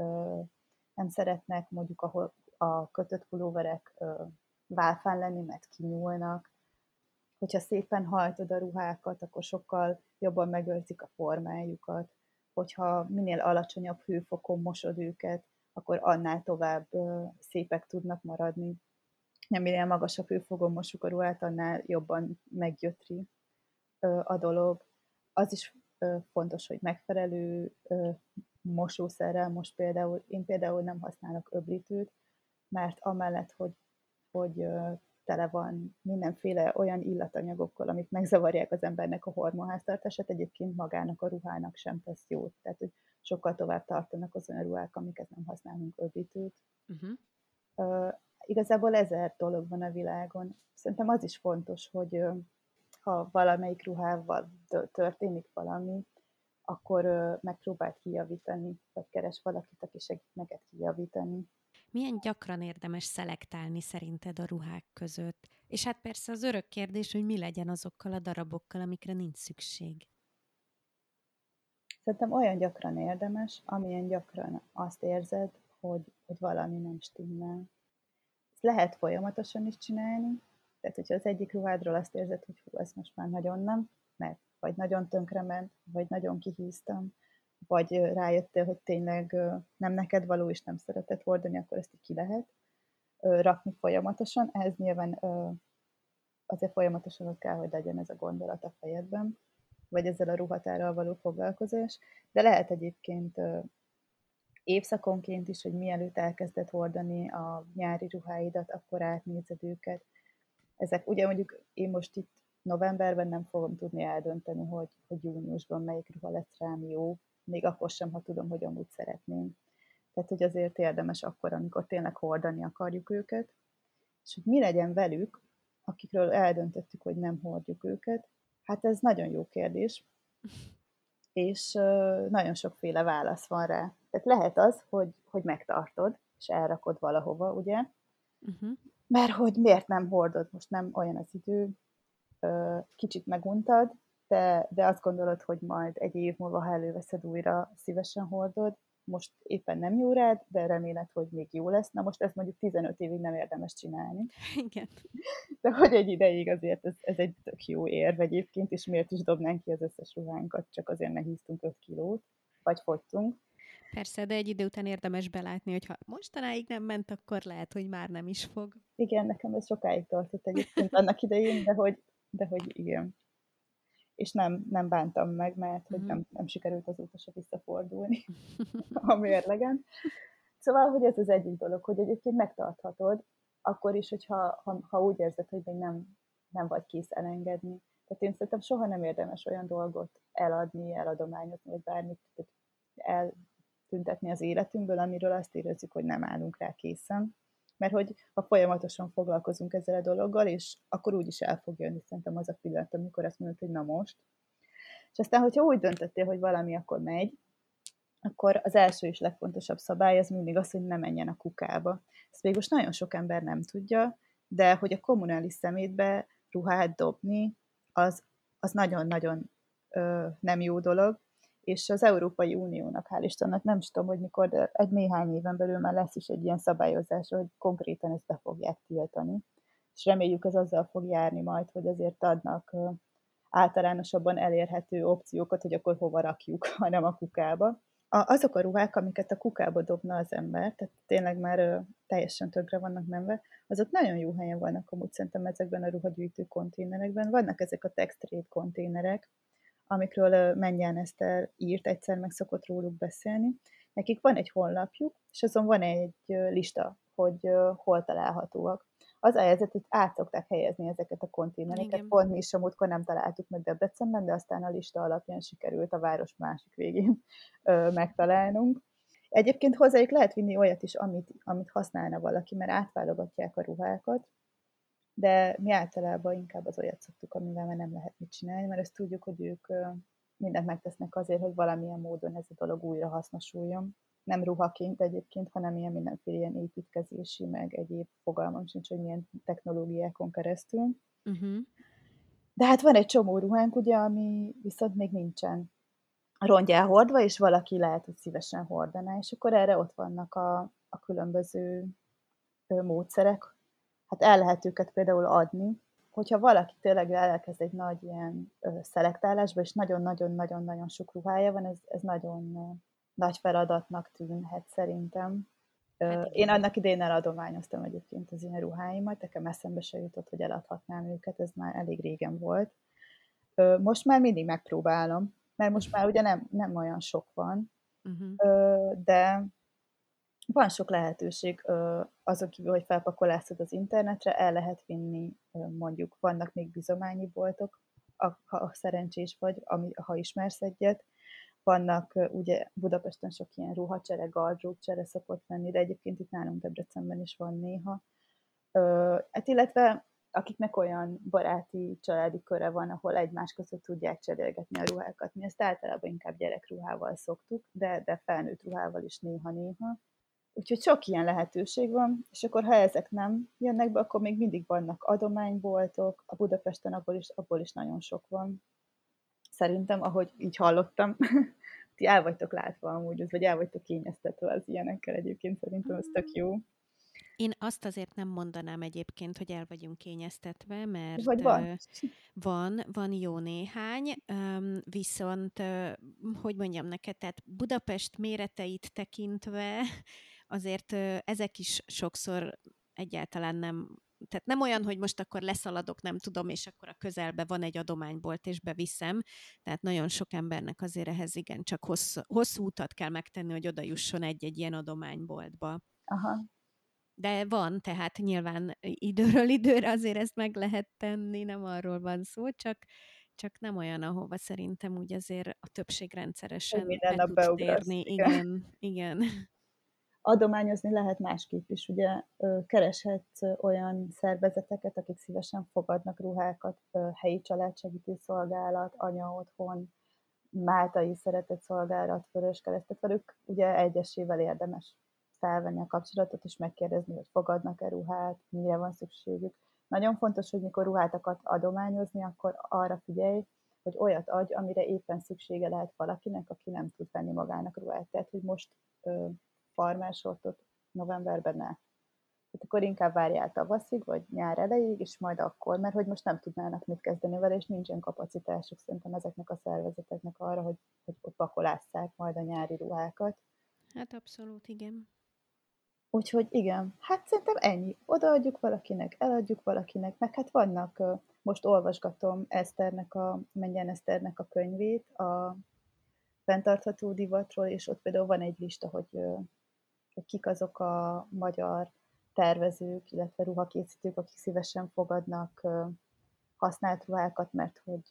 Speaker 2: Nem szeretnek mondjuk ahol a kötött pulóverek válfán lenni, mert kinyúlnak. Hogyha szépen hajtod a ruhákat, akkor sokkal jobban megőrzik a formájukat. Hogyha minél alacsonyabb hőfokon mosod őket, akkor annál tovább szépek tudnak maradni. Minél magasabb hőfokon mosuk a ruhát, annál jobban meggyötri a dolog. Az is fontos, hogy megfelelő mosószerrel most például, én például nem használok öblítőt, mert amellett, hogy, hogy tele van mindenféle olyan illatanyagokkal, amik megzavarják az embernek a hormonháztartását, egyébként magának a ruhának sem tesz jót. Tehát, hogy sokkal tovább tartanak az olyan ruhák, amiket nem használunk öblítőt. Uh-huh. Uh, igazából ezer dolog van a világon. Szerintem az is fontos, hogy uh, ha valamelyik ruhával történik valami, akkor uh, megpróbáld kijavítani, vagy keres valakit, aki segít neked kijavítani.
Speaker 1: Milyen gyakran érdemes szelektálni szerinted a ruhák között? És hát persze az örök kérdés, hogy mi legyen azokkal a darabokkal, amikre nincs szükség.
Speaker 2: Szerintem olyan gyakran érdemes, amilyen gyakran azt érzed, hogy, hogy valami nem stimmel. Ezt lehet folyamatosan is csinálni, tehát hogyha az egyik ruhádról azt érzed, hogy hú, ez most már nagyon nem, mert vagy nagyon tönkrement, vagy nagyon kihíztam, vagy rájöttél, hogy tényleg nem neked való, és nem szereted hordani, akkor ezt ki lehet rakni folyamatosan. Ehhez nyilván azért folyamatosan ott kell, hogy legyen ez a gondolat a fejedben, vagy ezzel a ruhatárral való foglalkozás, de lehet egyébként évszakonként is, hogy mielőtt elkezded hordani a nyári ruháidat, akkor átnézed őket. Ezek ugye mondjuk én most itt novemberben nem fogom tudni eldönteni, hogy, hogy júniusban melyik ruha lesz rám jó, még akkor sem, ha tudom, hogy amúgy szeretném. Tehát, hogy azért érdemes akkor, amikor tényleg hordani akarjuk őket, és hogy mi legyen velük, akikről eldöntöttük, hogy nem hordjuk őket, hát ez nagyon jó kérdés, és nagyon sokféle válasz van rá. Tehát lehet az, hogy, hogy megtartod, és elrakod valahova, ugye? Uh-huh. Mert hogy miért nem hordod, most nem olyan az idő, kicsit meguntad, de, de azt gondolod, hogy majd egy év múlva, ha előveszed újra, szívesen hordod, most éppen nem jó rád, de reméled, hogy még jó lesz. Na most ezt mondjuk tizenöt évig nem érdemes csinálni.
Speaker 1: Igen.
Speaker 2: De hogy egy ideig azért ez, ez egy tök jó érv egyébként, és miért is dobnánk ki az összes ruhánkat, csak azért, mert híztunk öt kilót, vagy fogytunk.
Speaker 1: Persze, de egy idő után érdemes belátni, hogy ha mostanáig nem ment, akkor lehet, hogy már nem is fog.
Speaker 2: Igen, nekem ez sokáig tartott egyébként annak idején, de hogy, de hogy igen. És nem, nem bántam meg, mert hogy nem, nem sikerült azóta se visszafordulni a mérlegen. Szóval, hogy ez az egyik dolog, hogy egyébként megtarthatod, akkor is, hogyha ha, ha úgy érzed, hogy még nem, nem vagy kész elengedni. Tehát én szerintem soha nem érdemes olyan dolgot eladni, eladományozni, vagy bármit eltüntetni az életünkből, amiről azt érezzük, hogy nem állunk rá készen. Mert hogy ha folyamatosan foglalkozunk ezzel a dologgal, és akkor úgyis el fog jönni szerintem az a pillanat, amikor azt mondod, hogy na most. És aztán, hogyha úgy döntöttél, hogy valami akkor megy, akkor az első és legfontosabb szabály az mindig az, hogy ne menjen a kukába. Ezt még most nagyon sok ember nem tudja, de hogy a kommunális szemétbe ruhát dobni, az, az nagyon-nagyon ö, nem jó dolog, és az Európai Uniónak, hál' Istennek, nem is tudom, hogy mikor, de egy néhány éven belül már lesz is egy ilyen szabályozás, hogy konkrétan ezt be fogják tiltani. És reméljük, ez azzal fog járni majd, hogy azért adnak ö, általánosabban elérhető opciókat, hogy akkor hova rakjuk, hanem a kukába. A, azok a ruhák, amiket a kukába dobna az ember, tehát tényleg már ö, teljesen tönkre vannak menve, azok nagyon jó helyen vannak amúgy szerintem ezekben a ruhagyűjtő konténerekben. Vannak ezek a textrade konténerek, amikről ö, Mennyán Eszter írt, egyszer meg szokott róluk beszélni. Nekik van egy honlapjuk, és azon van egy ö, lista, hogy ö, hol találhatóak. Az a helyzet, hogy át szokták helyezni ezeket a konténereket. Igen. Pont mi is a múltkor nem találtuk meg Debrecenben, de aztán a lista alapján sikerült a város másik végén ö, megtalálnunk. Egyébként hozzájuk lehet vinni olyat is, amit, amit használna valaki, mert átválogatják a ruhákat, de mi általában inkább az olyat szoktuk, amivel már nem lehet mit csinálni, mert ezt tudjuk, hogy ők ö, mindent megtesznek azért, hogy valamilyen módon ez a dolog újra hasznosuljon. Nem ruhaként egyébként, hanem ilyen mindenféle ilyen építkezési, meg egyéb fogalmam sincs, hogy milyen technológiákon keresztül. Uh-huh. De hát van egy csomó ruhánk ugye, ami viszont még nincsen rongyá hordva, és valaki lehet, hogy szívesen hordaná, és akkor erre ott vannak a, a különböző ö, módszerek. Hát el lehet őket például adni, hogyha valaki tényleg elkezd egy nagy ilyen ö, szelektálásba, és nagyon-nagyon-nagyon-nagyon sok ruhája van, ez, ez nagyon ö, nagy feladatnak tűnhet szerintem. Ö,
Speaker 1: Hát
Speaker 2: én
Speaker 1: igen.
Speaker 2: annak idején eladományoztam egyébként az ilyen ruháimat, nekem eszembe se jutott, hogy eladhatnám őket, ez már elég régen volt. Ö, most már mindig megpróbálom, mert most már ugye nem, nem olyan sok van,
Speaker 1: Uh-huh.
Speaker 2: ö, de van sok lehetőség, ö, azon kívül, hogy felpakolászod az internetre, el lehet vinni, ö, mondjuk vannak még bizományi boltok, a- ha szerencsés vagy, ami, ha ismersz egyet. Vannak ö, ugye Budapesten sok ilyen ruhacsere, gardróbcsere szokott lenni, de egyébként itt nálunk Debrecenben is van néha. Ö, hát illetve akiknek olyan baráti, családi köre van, ahol egymás között tudják cserélgetni a ruhákat. Mi ezt általában inkább gyerekruhával szoktuk, de, de felnőtt ruhával is néha-néha. Úgyhogy sok ilyen lehetőség van, és akkor ha ezek nem jönnek be, akkor még mindig vannak adományboltok, a Budapesten abból is, abból is nagyon sok van. Szerintem, ahogy így hallottam, ti el vagytok látva amúgy, vagy el vagytok kényeztetve az ilyenekkel egyébként, szerintem ez tök jó.
Speaker 1: Én azt azért nem mondanám egyébként, hogy el vagyunk kényeztetve, mert
Speaker 2: Vagy van?
Speaker 1: ö, van, van jó néhány, öm, viszont, ö, hogy mondjam neked, tehát Budapest méreteit tekintve azért ö, ezek is sokszor egyáltalán nem, tehát nem olyan, hogy most akkor leszaladok, nem tudom, és akkor a közelbe van egy adománybolt, és beviszem. Tehát nagyon sok embernek azért ehhez igen, csak hosszú, hosszú utat kell megtenni, hogy oda jusson egy-egy ilyen adományboltba.
Speaker 2: Aha.
Speaker 1: De van, tehát nyilván időről időre azért ezt meg lehet tenni, nem arról van szó, csak, csak nem olyan, ahova szerintem úgy azért a többség
Speaker 2: Hogy
Speaker 1: rendszeresen
Speaker 2: minden
Speaker 1: be
Speaker 2: nap
Speaker 1: tud
Speaker 2: beugrasz.
Speaker 1: térni.
Speaker 2: Igen.
Speaker 1: Igen, igen.
Speaker 2: Adományozni lehet másképp is, ugye kereshetsz olyan szervezeteket, akik szívesen fogadnak ruhákat, helyi családsegítő szolgálat, anya otthon, Máltai Szeretett Szolgálat, Vöröskereszt, tehát velük ugye egyesével érdemes felvenni a kapcsolatot, és megkérdezni, hogy fogadnak-e ruhát, mire van szükségük. Nagyon fontos, hogy mikor ruhát akarsz adományozni, akkor arra figyelj, hogy olyat adj, amire éppen szüksége lehet valakinek, aki nem tud venni magának ruhát. Tehát, hogy most ö, farmersortot novemberben ne. Tehát akkor inkább várjál tavaszig, vagy nyár elejéig, és majd akkor, mert hogy most nem tudnának mit kezdeni vele, és nincsen kapacitásuk szerintem ezeknek a szervezeteknek arra, hogy, hogy ott pakolásszák majd a nyári ruhákat.
Speaker 1: Hát abszolút, igen.
Speaker 2: Úgyhogy igen, hát szerintem ennyi. Odaadjuk valakinek, eladjuk valakinek, meg hát vannak, most olvasgatom Eszternek a, Mennyen Eszternek a könyvét, a fenntartható divatról, és ott például van egy lista, hogy, hogy kik azok a magyar tervezők, illetve ruhakészítők, akik szívesen fogadnak használt ruhákat, mert hogy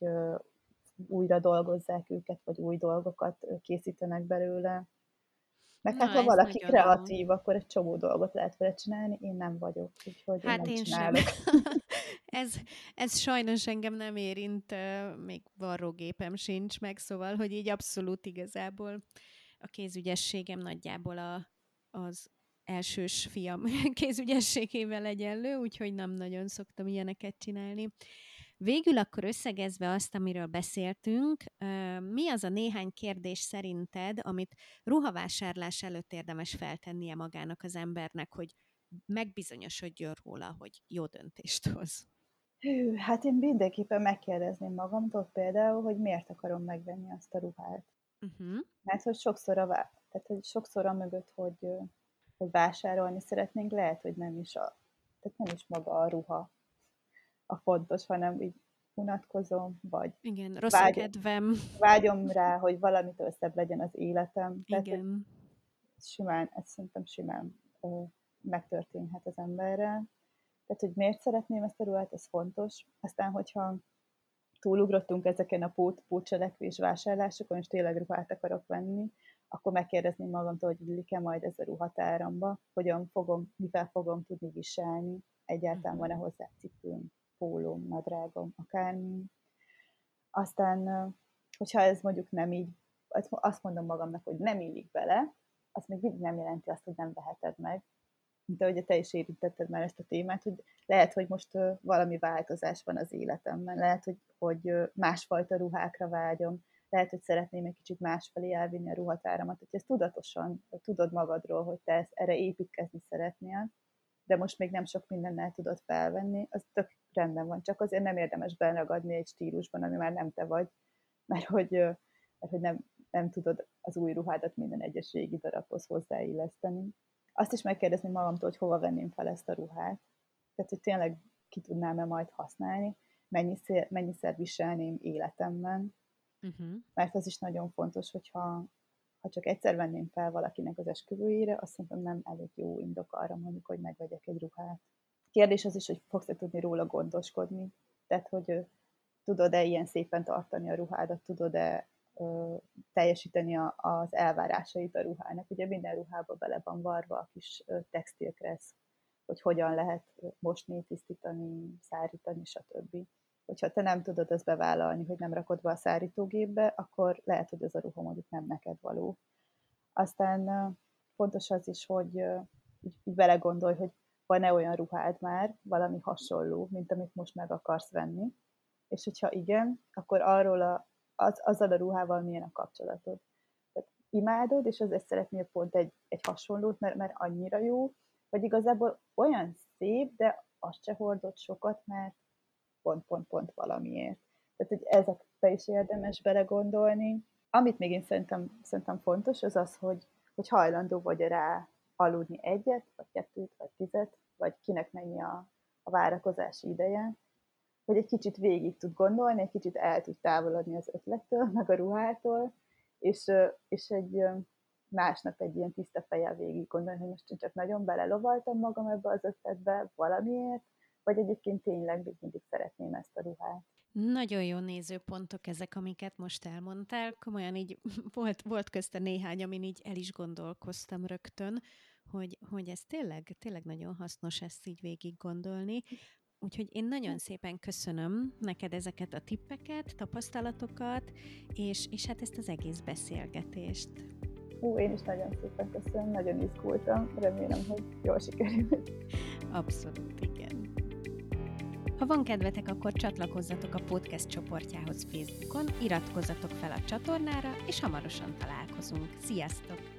Speaker 2: újra dolgozzák őket, vagy új dolgokat készítenek belőle. Meg hát
Speaker 1: Na,
Speaker 2: ha
Speaker 1: ez
Speaker 2: valaki
Speaker 1: nagyon jó.
Speaker 2: kreatív, akkor egy csomó dolgot lehet vele csinálni, én nem vagyok, úgyhogy én
Speaker 1: Hát
Speaker 2: nem
Speaker 1: én sem.
Speaker 2: csinálok.
Speaker 1: ez, ez sajnos engem nem érint, még varrógépem sincs meg, szóval, hogy így abszolút igazából a kézügyességem nagyjából a, az elsős fiam kézügyességével egyenlő, úgyhogy nem nagyon szoktam ilyeneket csinálni. Végül akkor összegezve azt, amiről beszéltünk, mi az a néhány kérdés szerinted, amit ruhavásárlás előtt érdemes feltennie magának az embernek, hogy megbizonyosodjon róla, hogy jó döntést hoz?
Speaker 2: Hű, hát én mindenképpen megkérdezném magamtól például, hogy miért akarom megvenni azt a ruhát.
Speaker 1: Uh-huh.
Speaker 2: Mert hogy sokszor a, vá- tehát, hogy sokszor a mögött, hogy, hogy vásárolni szeretnénk, lehet, hogy nem is, a, tehát nem is maga a ruha a fontos, hanem így unatkozom, vagy
Speaker 1: Igen, rossz a
Speaker 2: vágy,
Speaker 1: kedvem.
Speaker 2: vágyom rá, hogy valamitől szebb legyen az életem. Tehát, hogy
Speaker 1: Igen.
Speaker 2: ez simán, ez szerintem simán ö, megtörténhet az emberrel. Tehát, hogy miért szeretném ezt a ruhát, ez fontos. Aztán, hogyha túlugrottunk ezeken a pót, pótcselekvés vásárlásokon, és tényleg ruhát akarok venni, akkor megkérdezném magamtól, hogy illik-e majd ez a ruhatáramba, hogyan fogom, mivel fogom tudni viselni, egyáltalán
Speaker 1: Uh-huh.
Speaker 2: van-e hozzá cipőm, pólóm, nadrágom, akármi. Aztán, hogyha ez mondjuk nem így, azt mondom magamnak, hogy nem illik bele, az még mindig nem jelenti azt, hogy nem veheted meg. de ugye te is érintetted már ezt a témát, hogy lehet, hogy most uh, valami változás van az életemben, lehet, hogy, hogy uh, másfajta ruhákra vágyom, lehet, hogy szeretném egy kicsit másfelé elvinni a ruhatáramat, hogy ezt tudatosan tudod magadról, hogy te ezt, erre építkezni szeretnél, de most még nem sok mindennel tudod felvenni, az tök rendben van, csak azért nem érdemes beragadni egy stílusban, ami már nem te vagy, mert hogy, uh, mert hogy nem, nem tudod az új ruhádat minden egyes régi darabhoz hozzáilleszteni. Azt is megkérdezni magamtól, hogy hova venném fel ezt a ruhát. Tehát, hogy tényleg ki tudnám-e majd használni, mennyiszer, mennyiszer viselném életemben. Uh-huh. Mert az is nagyon fontos, hogyha ha csak egyszer venném fel valakinek az esküvőjére, azt szerintem nem elég jó indok arra mondjuk, hogy megvegyek egy ruhát. Kérdés az is, hogy fogsz-e tudni róla gondoskodni. Tehát, hogy tudod-e ilyen szépen tartani a ruhádat, tudod-e ö, teljesíteni a, az elvárásait a ruhának. Ugye minden ruhába bele van varva a kis ö, textilkressz, hogy hogyan lehet mosni, tisztítani, szárítani, stb. Hogyha te nem tudod ezt bevállalni, hogy nem rakod be a szárítógépbe, akkor lehet, hogy ez a ruha mondjuk nem neked való. Aztán ö, fontos az is, hogy ö, így, így belegondolj, hogy van-e olyan ruhád már, valami hasonló, mint amit most meg akarsz venni, és hogyha igen, akkor arról a, az, azzal a ruhával milyen a kapcsolatod. Tehát imádod, és azért szeretnél pont egy, egy hasonlót, mert, mert annyira jó, vagy igazából olyan szép, de azt se hordott sokat, mert pont-pont-pont valamiért. Tehát, hogy ezekbe is érdemes belegondolni. Amit még én szerintem, szerintem fontos, az az, hogy, hogy hajlandó vagy rá aludni egyet, vagy kettőt, vagy tizet, vagy kinek mennyi a, a várakozási ideje, hogy egy kicsit végig tud gondolni, egy kicsit el tud távolodni az ötlettől, meg a ruhától, és, és egy másnap egy ilyen tiszta fejjel végig gondolni, hogy most csak nagyon belelovaltam magam ebbe az ötletbe valamiért, vagy egyébként tényleg még mindig szeretném ezt a ruhát.
Speaker 1: Nagyon jó nézőpontok ezek, amiket most elmondtál. Komolyan így volt, volt közte néhány, amin így el is gondolkoztam rögtön, hogy, hogy ez tényleg, tényleg nagyon hasznos ezt így végig gondolni. Úgyhogy én nagyon szépen köszönöm neked ezeket a tippeket, tapasztalatokat, és, és hát ezt az egész beszélgetést.
Speaker 2: Hú, én is nagyon szépen köszönöm, nagyon izgultam, remélem, hogy jól sikerült.
Speaker 1: Abszolút, igen. Ha van kedvetek, akkor csatlakozzatok a podcast csoportjához Facebookon, iratkozzatok fel a csatornára, és hamarosan találkozunk. Sziasztok!